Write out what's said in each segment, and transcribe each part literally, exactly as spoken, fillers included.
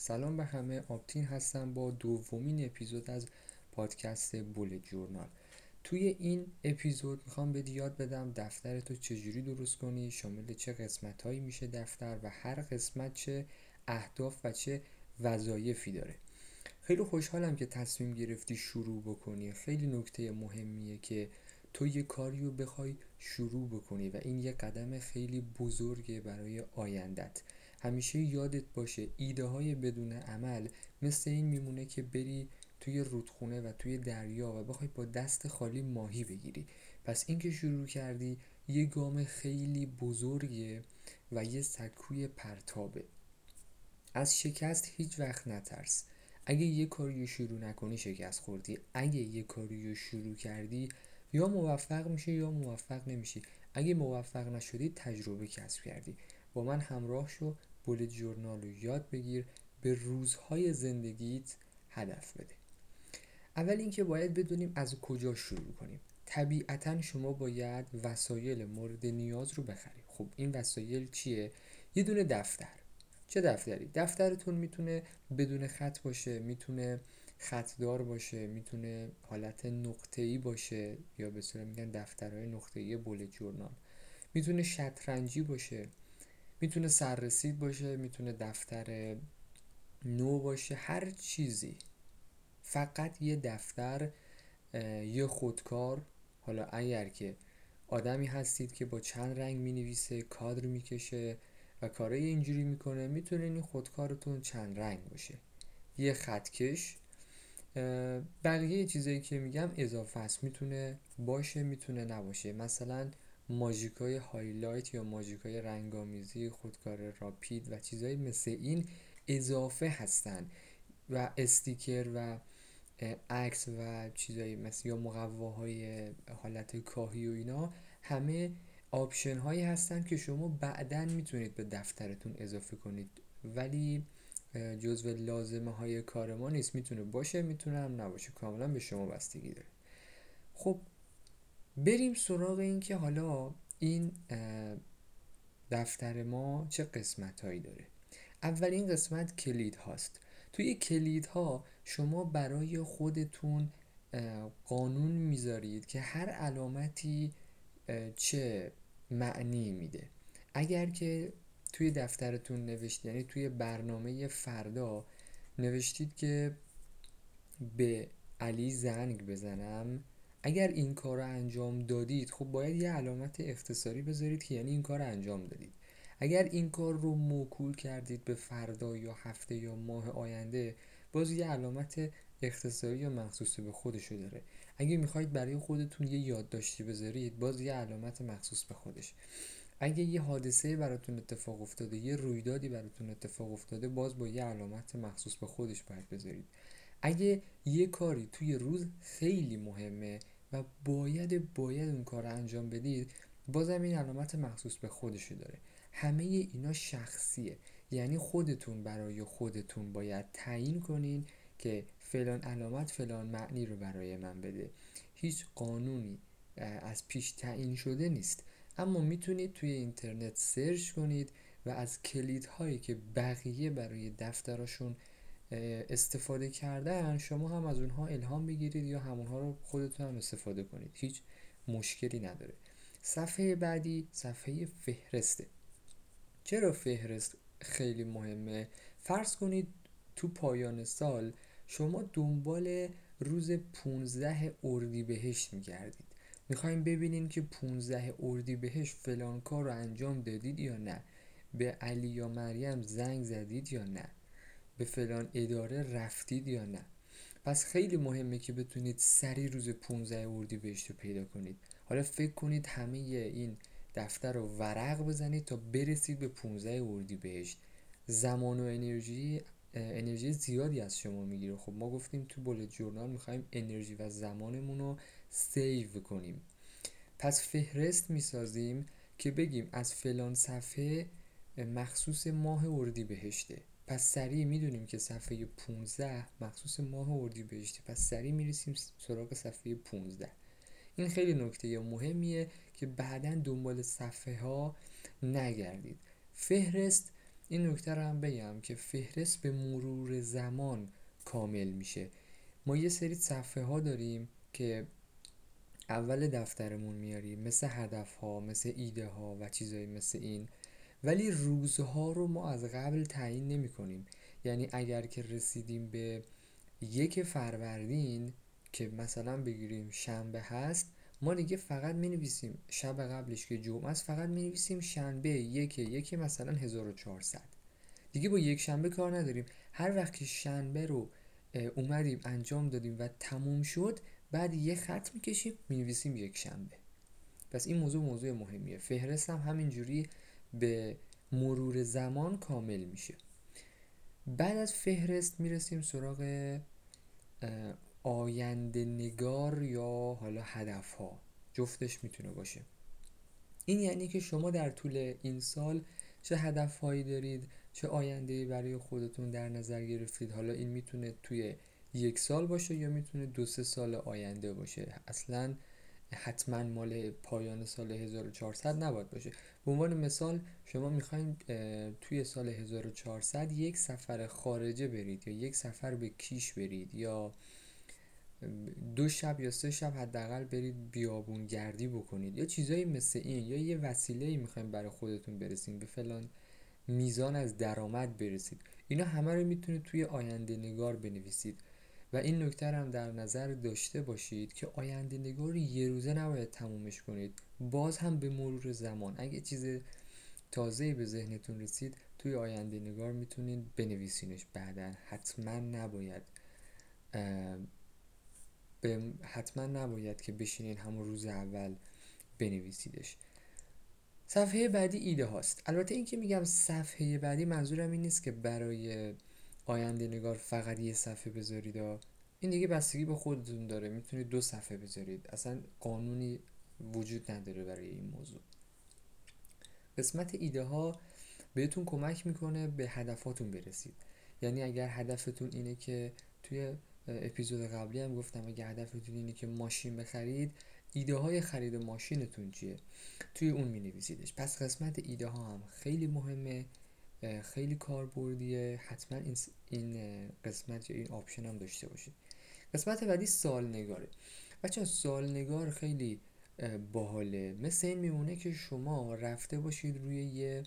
سلام به همه، آپتین هستم با دومین اپیزود از پادکست بولت جورنال. توی این اپیزود میخوام بهت یاد بدم دفتر تو چجوری درست کنی، شامل چه قسمت هایی میشه دفتر و هر قسمت چه اهداف و چه وظایفی داره. خیلی خوشحالم که تصمیم گرفتی شروع بکنی. خیلی نکته مهمیه که تو یه کاریو بخوای شروع بکنی و این یه قدم خیلی بزرگه برای آیندت. همیشه یادت باشه ایده های بدون عمل مثل این میمونه که بری توی رودخونه و توی دریا و بخوای با دست خالی ماهی بگیری. پس این که شروع کردی یه گام خیلی بزرگه و یه سکوی پرتابه. از شکست هیچ وقت نترس. اگه یه کاریو شروع نکنی شکست خوردی. اگه یه کاریو شروع کردی یا موفق میشی یا موفق نمیشی. اگه موفق نشدی تجربه کسب کردی. با من همراه شو، بولت جورنال رو یاد بگیر، به روزهای زندگیت هدف بده. اول اینکه باید بدونیم از کجا شروع کنیم. طبیعتا شما باید وسایل مورد نیاز رو بخرید. خب این وسایل چیه؟ یه دونه دفتر. چه دفتری؟ دفترتون میتونه بدون خط باشه، میتونه خطدار باشه، میتونه حالت نقطه‌ای باشه یا به اصطلاح میگن دفترهای نقطه‌ای بولت جورنال. میتونه شطرنجی باشه، میتونه سررسید باشه، میتونه دفتر نو باشه، هر چیزی. فقط یه دفتر، یه خودکار. حالا اگر که آدمی هستید که با چند رنگ می نویسه، کادر میکشه و کارهای اینجوری میکنه، میتونه این خودکارتون چند رنگ باشه. یه خطکش. بقیه چیزایی که میگم اضافه است، میتونه باشه میتونه نباشه. مثلا ماژیکای هایلایت یا ماژیکای رنگامیزی، خودکار راپید و چیزایی مثل این اضافه هستن و استیکر و عکس و چیزایی مثل یا مقواهای حالت کاهی و اینا، همه آپشن هایی هستن که شما بعداً میتونید به دفترتون اضافه کنید، ولی جزو لازمه های کار ما نیست. میتونه باشه میتونه هم نباشه، کاملا به شما بستگی داره. خب بریم سراغ این که حالا این دفتر ما چه قسمت هایی داره. اولین قسمت کلید هاست. توی کلید ها شما برای خودتون قانون میذارید که هر علامتی چه معنی میده. اگر که توی دفترتون نوشتید، یعنی توی برنامه فردا نوشتید که به علی زنگ بزنم، اگر این کار رو انجام دادید خب باید یه علامت اختصاری بذارید که یعنی این کار رو انجام دادید. اگر این کار رو موکول کردید به فردا یا هفته یا ماه آینده، باز یه علامت اختصاری یا مخصوص به خودشو داره. اگه میخواید برای خودتون یه یادداشتی بذارید، باز یه علامت مخصوص به خودش. اگه یه حادثه براتون اتفاق افتاده، یه رویدادی براتون اتفاق افتاده، باز با یه علامت مخصوص به خودش باید بذارید. اگه یه کاری توی روز خیلی مهمه و باید باید اون کار رو انجام بدید، بازم این علامت مخصوص به خودشو داره. همه اینا شخصیه، یعنی خودتون برای خودتون باید تعیین کنین که فلان علامت فلان معنی رو برای من بده. هیچ قانونی از پیش تعیین شده نیست، اما میتونید توی اینترنت سرچ کنید و از کلیدهایی که بقیه برای دفترشون استفاده کردن شما هم از اونها الهام بگیرید یا همونها رو خودتون هم استفاده کنید. هیچ مشکلی نداره. صفحه بعدی صفحه فهرسته. چرا فهرست خیلی مهمه؟ فرض کنید تو پایان سال شما دنبال روز پونزده اردیبهشت میگردید، میخوایم ببینین که پونزده اردیبهشت فلان کار رو انجام دادید یا نه، به علی یا مریم زنگ زدید یا نه، به فلان اداره رفتید یا نه. پس خیلی مهمه که بتونید سریع روز پونزده اردیبهشت رو پیدا کنید. حالا فکر کنید همه این دفتر رو ورق بزنید تا برسید به پونزده اردیبهشت. زمان و انرژی انرژی زیادی از شما میگیره. خب ما گفتیم تو بولت جورنال میخوایم انرژی و زمانمون رو سیو کنیم. پس فهرست میسازیم که بگیم از فلان صفحه مخصوص ماه اردیبهشته، پس سریع میدونیم که صفحه پونزده مخصوص ماه اردیبهشته، پس سریع میرسیم سراغ صفحه پونزده. این خیلی نکته مهمیه که بعداً دنبال صفحه ها نگردید. فهرست این نکته رو هم بگم که فهرست به مرور زمان کامل میشه. ما یه سری صفحه ها داریم که اول دفترمون میاریم، مثل هدف ها، مثل ایده ها و چیزایی مثل این، ولی روزها رو ما از قبل تعیین نمی کنیم. یعنی اگر که رسیدیم به یک فروردین که مثلا بگیریم شنبه هست، ما دیگه فقط می نویسیم شب قبلش که جمعه است، فقط می نویسیم شنبه یک یک مثلا هزار و چهارصد. دیگه با یک شنبه کار نداریم. هر وقت که شنبه رو اومدیم انجام دادیم و تموم شد، بعد یه خط میکشیم مینویسیم یک شنبه. پس این موضوع موضوع مهمیه. فهرست هم همینجوری به مرور زمان کامل میشه. بعد از فهرست میرسیم سراغ آینده نگار یا حالا هدف ها، جفتش میتونه باشه. این یعنی که شما در طول این سال چه هدف هایی دارید، چه آینده برای خودتون در نظر گرفتید. حالا این میتونه توی یک سال باشه یا میتونه دو سه سال آینده باشه، اصلا حتما مال پایان سال هزار و چهارصد نباید باشه. به عنوان مثال شما میخواین توی سال هزار و چهارصد یک سفر خارجه برید یا یک سفر به کیش برید یا دو شب یا سه شب حداقل برید بیابون گردی بکنید یا چیزایی مثل این، یا یه وسیله‌ای میخواین برای خودتون برسید، به فلان میزان از درآمد برسید. اینا همه رو میتونید توی آینده نگار بنویسید. و این نکته هم در نظر داشته باشید که آینده نگار رو یه روزه نباید تمومش کنید. باز هم به مرور زمان اگه چیز تازه‌ای به ذهنتون رسید توی آینده نگار میتونید بنویسینش بعداً. حتما نباید حتما نباید که بشینین همون روز اول بنویسیدش. صفحه بعدی ایده هاست. البته این که میگم صفحه بعدی منظورم این نیست که برای آینده نگار فقط یه صفحه بذارید. این دیگه بستگی به خودتون داره، میتونید دو صفحه بذارید، اصلا قانونی وجود نداره برای این موضوع. قسمت ایده ها بهتون کمک میکنه به هدفاتون برسید. یعنی اگر هدفتون اینه که توی اپیزود قبلی هم گفتم اگه هدفتون اینه که ماشین بخرید، ایده های خرید ماشینتون چیه؟ توی اون می نویسیدش. پس قسمت ایده ها هم خیلی مهمه، خیلی کاربردیه. حتما این این قسمت یا این آپشن هم داشته باشید. قسمت بعدی سال نگاره. بچه‌ها سال نگار خیلی باحاله. مثل این میمونه که شما رفته باشید روی یه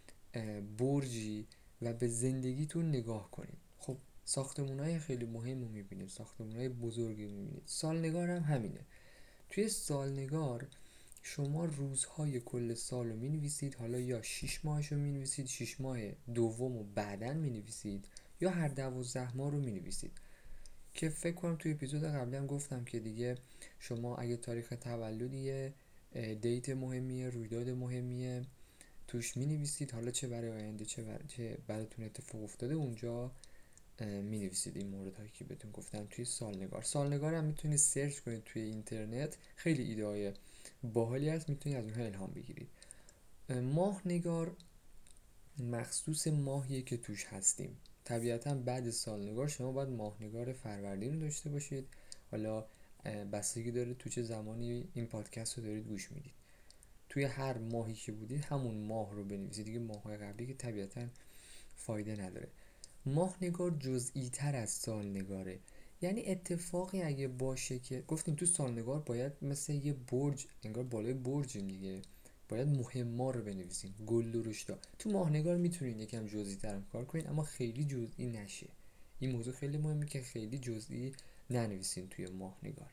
برجی و به زندگیتون نگاه کنید. خب ساختمونای خیلی مهم رو میبینید، ساختمونای بزرگی رو میبینید. سالنگار هم همینه. توی سالنگار شما روزهای کل سال رو مینویسید، حالا یا شش ماهش رو مینویسید، شش ماه دوم رو بعدن مینویسید، یا هر دوازده ماه رو مینویسید. که فکر کنم توی اپیزود قبلی هم گفتم که دیگه شما اگه تاریخ تولدیه، دیت مهمیه، رویداد مهمیه توش می نویسید، حالا چه برای آینده چه, بر... چه براتون اتفاق افتاده اونجا می نویسید. این مورد هایی که بهتون گفتم توی سالنگار. سالنگار هم میتونید سرچ کنید توی اینترنت، خیلی ایده های باحالی هست، میتونید از اونها الهام بگیرید. ماه نگار مخصوص ماهیه که توش هستیم. طبیعتا بعد سالنگار شما باید ماهنگار فروردین رو داشته باشید. حالا بستگی داره تو چه زمانی این پادکست رو دارید گوش میدید. توی هر ماهی که بودید همون ماه رو بنویسید دیگه. ماه‌های قبلی که طبیعتا فایده نداره. ماهنگار جزئی تر از سالنگاره. یعنی اتفاقی اگه باشه که گفتیم تو سالنگار باید مثل یه برج، انگار بالای برجیم دیگه، باید مهم‌ها رو بنویسین، گل و رشدا. تو ماهنگار میتونین یکم جزئی تر کار کنین اما خیلی جزئی نشه. این موضوع خیلی مهمه که خیلی جزئی ننویسین توی ماهنگار.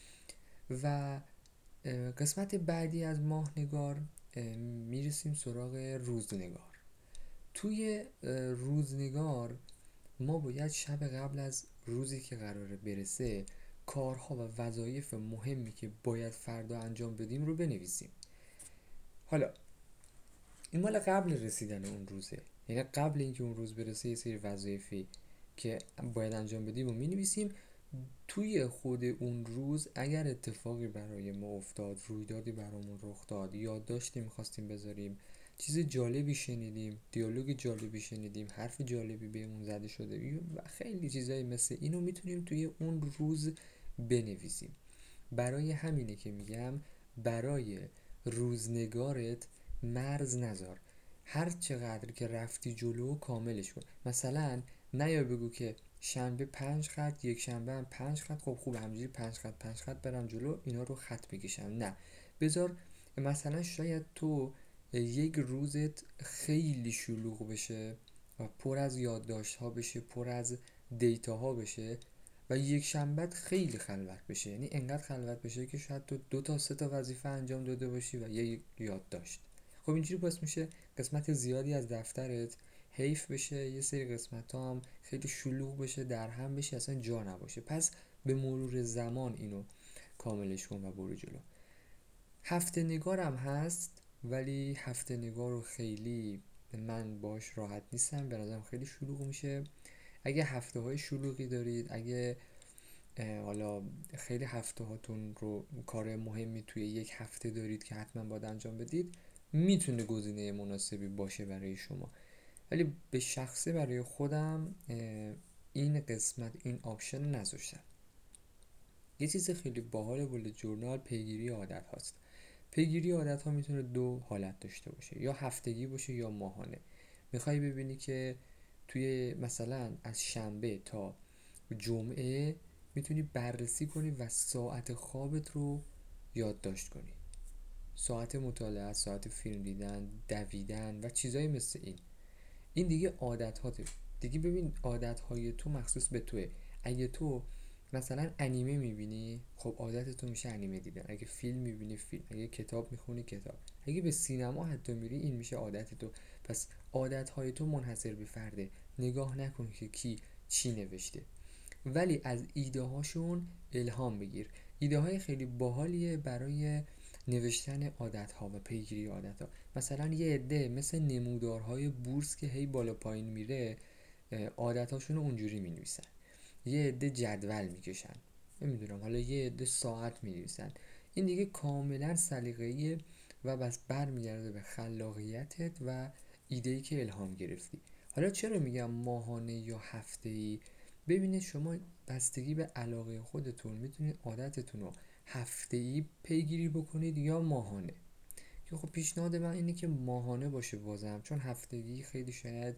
و قسمت بعدی از ماهنگار میرسیم سراغ روزنگار. توی روزنگار ما باید شب قبل از روزی که قراره برسه کارها و وظایف مهمی که باید فردا انجام بدیم رو بنویسیم. حالا این مال قبل رسیدن اون روزه، یعنی قبل اینکه اون روز برسه یه سری وظایفی که باید انجام بدیم رو می‌نویسیم. توی خود اون روز اگر اتفاقی برای ما افتاد، رویدادی برامون رخ داد، یادداشتی می‌خواستیم بذاریم، چیز جالبی شنیدیم، دیالوگ جالبی شنیدیم، حرف جالبی بهمون زده شده و خیلی چیزایی مثل اینو میتونیم توی اون روز بنویسیم. برای همینه که میگم برای روزنگارت مرز نذار. هر چقدر که رفتی جلو کاملش کن. مثلا نیا بگو که شنبه پنج خط، یک شنبه هم پنج خط، خب خوب همجوری پنج خط پنج خط برم جلو اینا رو خط بکشم. نه، بذار مثلا شاید تو یک روزت خیلی شلوغ بشه و پر از یادداشت ها بشه، پر از دیتا ها بشه، و یک شنبه خیلی خلوت بشه، یعنی انقدر خلوت بشه که شاید تو دو تا سه تا وظیفه انجام داده باشی و یک یادداشت. خب اینجوری باعث میشه قسمت زیادی از دفترت حیف بشه، یه سری قسمت ها هم خیلی شلوغ بشه، در هم بشه، اصلا جا نباشه. پس به مرور زمان اینو کاملش کن و برو جلو. هفته نگارم هست، ولی هفته نگار رو خیلی من باش راحت نیستم، به نظرم خیلی شلوغ میشه. اگه هفته های شلوغی دارید، اگه حالا خیلی هفته هاتون رو کار مهمی توی یک هفته دارید که حتما باید انجام بدید، میتونه گزینه مناسبی باشه برای شما. ولی به شخصه برای خودم این قسمت، این آپشن نذاشتم. یه چیز خیلی باحال بولت جورنال پیگیری عادت هاست. پیگیری عادت ها میتونه دو حالت داشته باشه، یا هفتگی باشه یا ماهانه. میخوای ببینی که توی مثلا از شنبه تا جمعه میتونی بررسی کنی و ساعت خوابت رو یادداشت کنی، ساعت مطالعه، ساعت فیلم دیدن، دویدن و چیزایی مثل این. این دیگه عادت هاته. دیگه ببین عادت های تو مخصوص به توه. اگه تو مثلا انیمه میبینی، خب عادت تو میشه انیمه دیدن. اگه فیلم میبینی فیلم، اگه کتاب میخونی کتاب، اگه به سینما حتی میری، این میشه عادت تو. پس عادت های تو منحصر به فرده. نگاه نکن که کی چی نوشته، ولی از ایده هاشون الهام بگیر. ایده های خیلی باحالیه برای نوشتن عادت ها و پیگیری عادت ها. مثلا یه عده مثل نمودارهای بورس که هی بالا پایین میره، عادت هاشون رو اونجوری می نویسن. یه عده جدول میکشن، نمیدونم، حالا یه عده ساعت می نویسن. این دیگه کاملا سلیقه‌ایه و بس برمیگرده به خلاقیتت و ایده‌ای که الهام گرفتی. حالا چرا میگم ماهانه یا هفته‌ای؟ ببینید شما بستگی به علاقه خودتون میتونید عادتتون رو هفته‌ای پیگیری بکنید یا ماهانه. که خب پیشنهاد من اینه که ماهانه باشه بازم، چون هفتگی خیلی شاید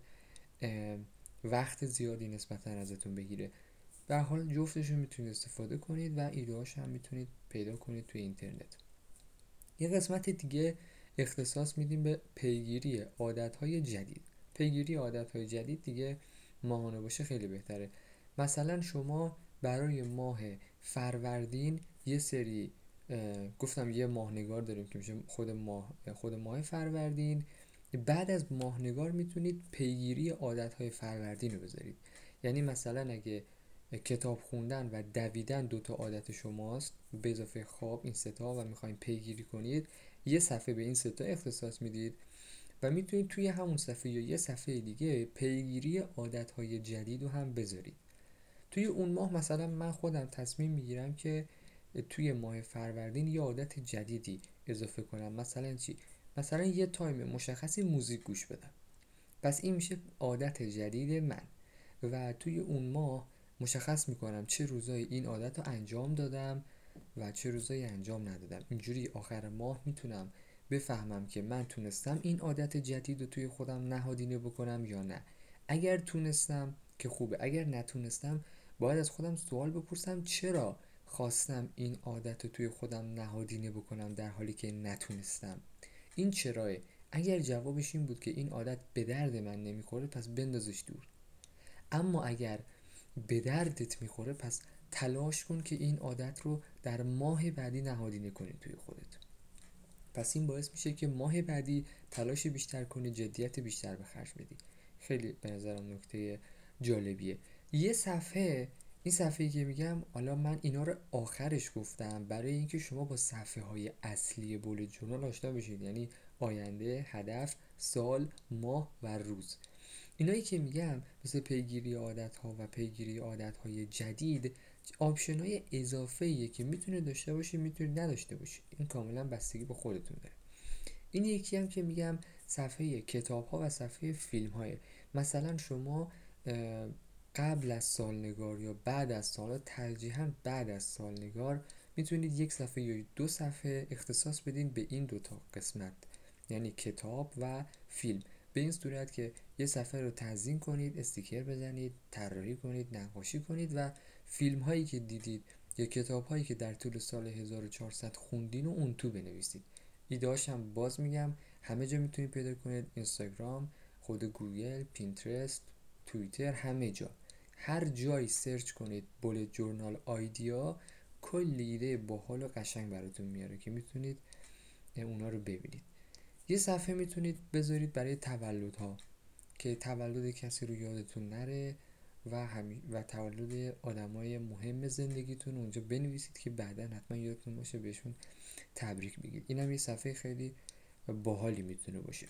وقت زیادی نسبتا ازتون بگیره. به هر حال جفتش رو میتونید استفاده کنید و ایده‌هاش هم میتونید پیدا کنید توی اینترنت. یه قسمت دیگه اختصاص میدیم به پیگیری عادت‌های جدید. پیگیری عادت‌های جدید دیگه ماهانه باشه خیلی بهتره. مثلا شما برای ماه فروردین یه سری گفتم یه ماهنگار داریم که میشه خود ماه خود ماه فروردین. بعد از ماهنگار میتونید پیگیری عادت‌های فروردین رو بذارید. یعنی مثلا اگه کتاب خوندن و دویدن دوتا عادت شماست به اضافه خواب، این ستا، و میخواین پیگیری کنید، یه صفحه به این ستا اختصاص میدید و میتونید توی همون صفحه یا یه صفحه دیگه پیگیری عادت‌های جدید رو هم بذارید. توی اون ماه مثلا من خودم تصمیم میگیرم که توی ماه فروردین یه عادت جدیدی اضافه کنم. مثلا چی؟ مثلا یه تایم مشخصی موزیک گوش بدم. پس این میشه عادت جدید من و توی اون ماه مشخص میکنم چه روزایی این عادت رو انجام دادم و چه روزایی انجام ندادم. اینجوری آخر ماه میتونم بفهمم که من تونستم این عادت جدید رو توی خودم نهادینه بکنم یا نه. اگر تونستم که خوبه، اگر نتونستم باید از خودم سوال بپرسم چرا خواستم این عادت رو توی خودم نهادینه بکنم در حالی که نتونستم. این چراه؟ اگر جوابش این بود که این عادت به درد من نمیخوره، پس بندازش دور. اما اگر به دردت میخوره، پس تلاش کن که این عادت رو در ماه بعدی نهادینه کنی توی خودت. پس این باعث میشه که ماه بعدی تلاش بیشتر کنی، جدیت بیشتر به خرج بدی. خیلی به نظرم نکته جالبیه. یه صفحه، این صفحه‌ای که میگم حالا من اینا رو آخرش گفتم برای اینکه شما با صفحه های اصلی بولت جورنال آشنا بشید، یعنی آینده، هدف، سال، ماه و روز. اینایی که میگم مثل پیگیری عادت ها و پیگیری عادت های جدید، آپشن های اضافه ایه که میتونه داشته باشی، میتونه نداشته باشی. این کاملا بستگی به خودتون داره. این یکی هم که میگم صفحه کتاب ها و صفحه فیلم های. مثلا شما قبل از سالنگار یا بعد از سال، ترجیحاً بعد از سالنگار، میتونید یک صفحه یا دو صفحه اختصاص بدین به این دوتا قسمت، یعنی کتاب و فیلم. به این صورت که یه صفحه رو تزیین کنید، استیکر بزنید، طراحی کنید، نقاشی کنید و فیلم هایی که دیدید یا کتاب هایی که در طول سال هزار و چهارصد خوندین و اون تو بنویسید. ایده‌هاش هم باز میگم همه جا میتونید پیدا کنید، اینستاگرام، خود گوگل، پینترست، توییتر، همه جا. هر جایی سرچ کنید بولت جورنال آیدیا، کلی ایده باحال و قشنگ براتون میاره که میتونید اونا رو ببینید. یه صفحه میتونید بذارید برای تولدها که تولد کسی رو یادتون نره و همی... و تولد آدمای مهم زندگیتون اونجا بنویسید که بعدا حتما یادتون باشه بهشون تبریک بگید. اینم یه صفحه خیلی باحالی میتونه باشه.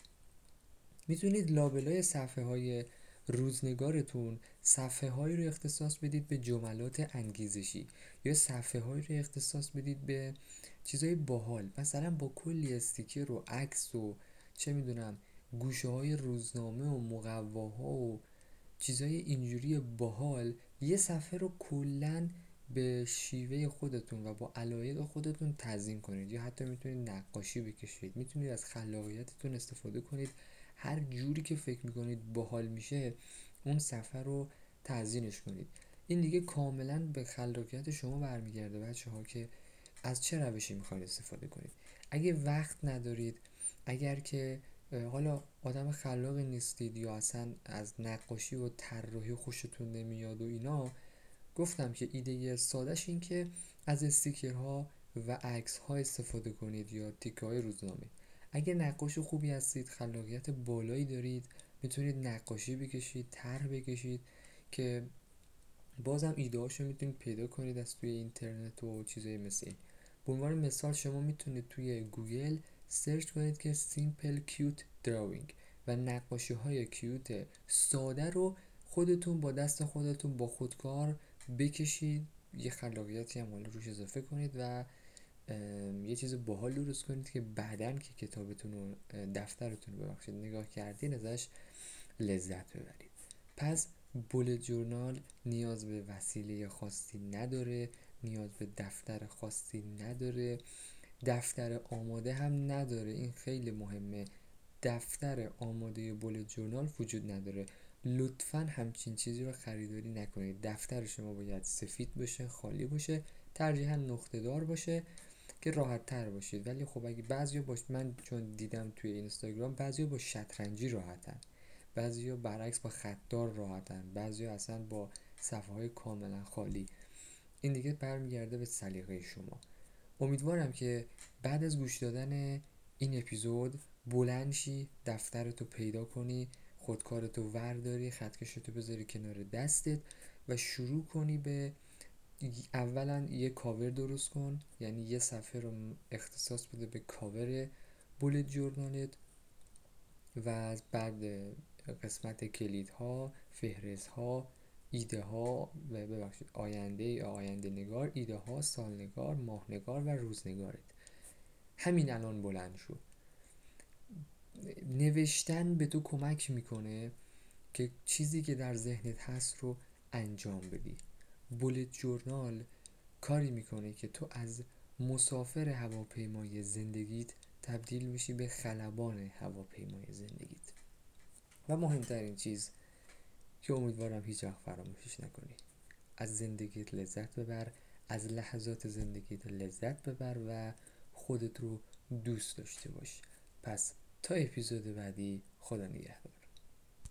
میتونید لابلای صفحه های روزنگارتون صفحه هایی رو اختصاص بدید به جملات انگیزشی یا صفحه هایی رو اختصاص بدید به چیزای باحال، مثلا با کلی استیکر و عکس و چه میدونم گوشه های روزنامه و مقواها و چیزای اینجوری باحال. یه صفحه رو کلن به شیوه خودتون و با علایق خودتون تزیین کنید یا حتی میتونید نقاشی بکشید، میتونید از خلاقیتتون استفاده کنید، هر جوری که فکر میکنید باحال میشه اون صفحه رو تزیینش کنید. این دیگه کاملا به خلاقیت شما برمیگرده بچه ها که از چه روشی میخواید استفاده کنید. اگه وقت ندارید، اگر که حالا آدم خلاقی نیستید یا اصلا از نقاشی و طراحی خوشتون نمیاد و اینا، گفتم که ایده سادهش این که از استیکرها و عکس ها استفاده کنید یا تیکه های روزنامه. اگه نقاش خوبی هستید، خلاقیت بالایی دارید، میتونید نقاشی بکشید، طرح بکشید که بازم ایده هاشو میتونید پیدا کنید از توی اینترنت و چیزای مثل این. به عنوان مثال شما میتونید توی گوگل سرچ کنید که سیمپل کیوت دراوینگ و نقاشی های کیوت ساده رو خودتون با دست خودتون با خودکار بکشید، یه خلاقیتی هم حالا روش اضافه کنید و یه چیز باحال درست کنید که بعدن که کتابتون و دفترتون رو ببخشید نگاه کردین ازش لذت ببرید. پس بولت جورنال نیاز به وسیله خاصی نداره، نیاز به دفتر خاصی نداره، دفتر آماده هم نداره. این خیلی مهمه، دفتر آماده بولت جورنال وجود نداره. لطفاً همچین چیزی رو خریداری نکنید. دفتر شما باید سفید باشه، خالی باشه، ترجیحاً نقطه دار باشه که راحت تر باشید. ولی خب اگه بعضیا باش، من چون دیدم توی اینستاگرام بعضیا با شطرنجی راحتن، بعضیا برعکس با خطدار راحتن، بعضیا اصلا با صفحه های کاملا خالی. این دیگه برمیگرده به سلیقه شما. امیدوارم که بعد از گوش دادن این اپیزود بلند شی، دفترتو پیدا کنی، خودکارتو ورداری، خطکشتو بذاری کنار دستت و شروع کنی به اولا یه کاور درست کن، یعنی یه صفحه رو اختصاص بده به کاور بولت جورنالت و از بعد قسمت کلیدها، فهرست‌ها، ایده ها و ببخشید آینده یا آینده نگار، ایده ها، سالنگار، ماهنگار و روزنگارت. همین الان بلند شو. نوشتن به تو کمک میکنه که چیزی که در ذهنت هست رو انجام بدی. بولت جورنال کاری میکنه که تو از مسافر هواپیمای زندگیت تبدیل میشی به خلبان هواپیمای زندگیت. و مهمترین چیز که امیدوارم هیچ وقت فراموشش نکنی، از زندگیت لذت ببر، از لحظات زندگیت لذت ببر و خودت رو دوست داشته باش. پس تا اپیزود بعدی، خدا نگهدار.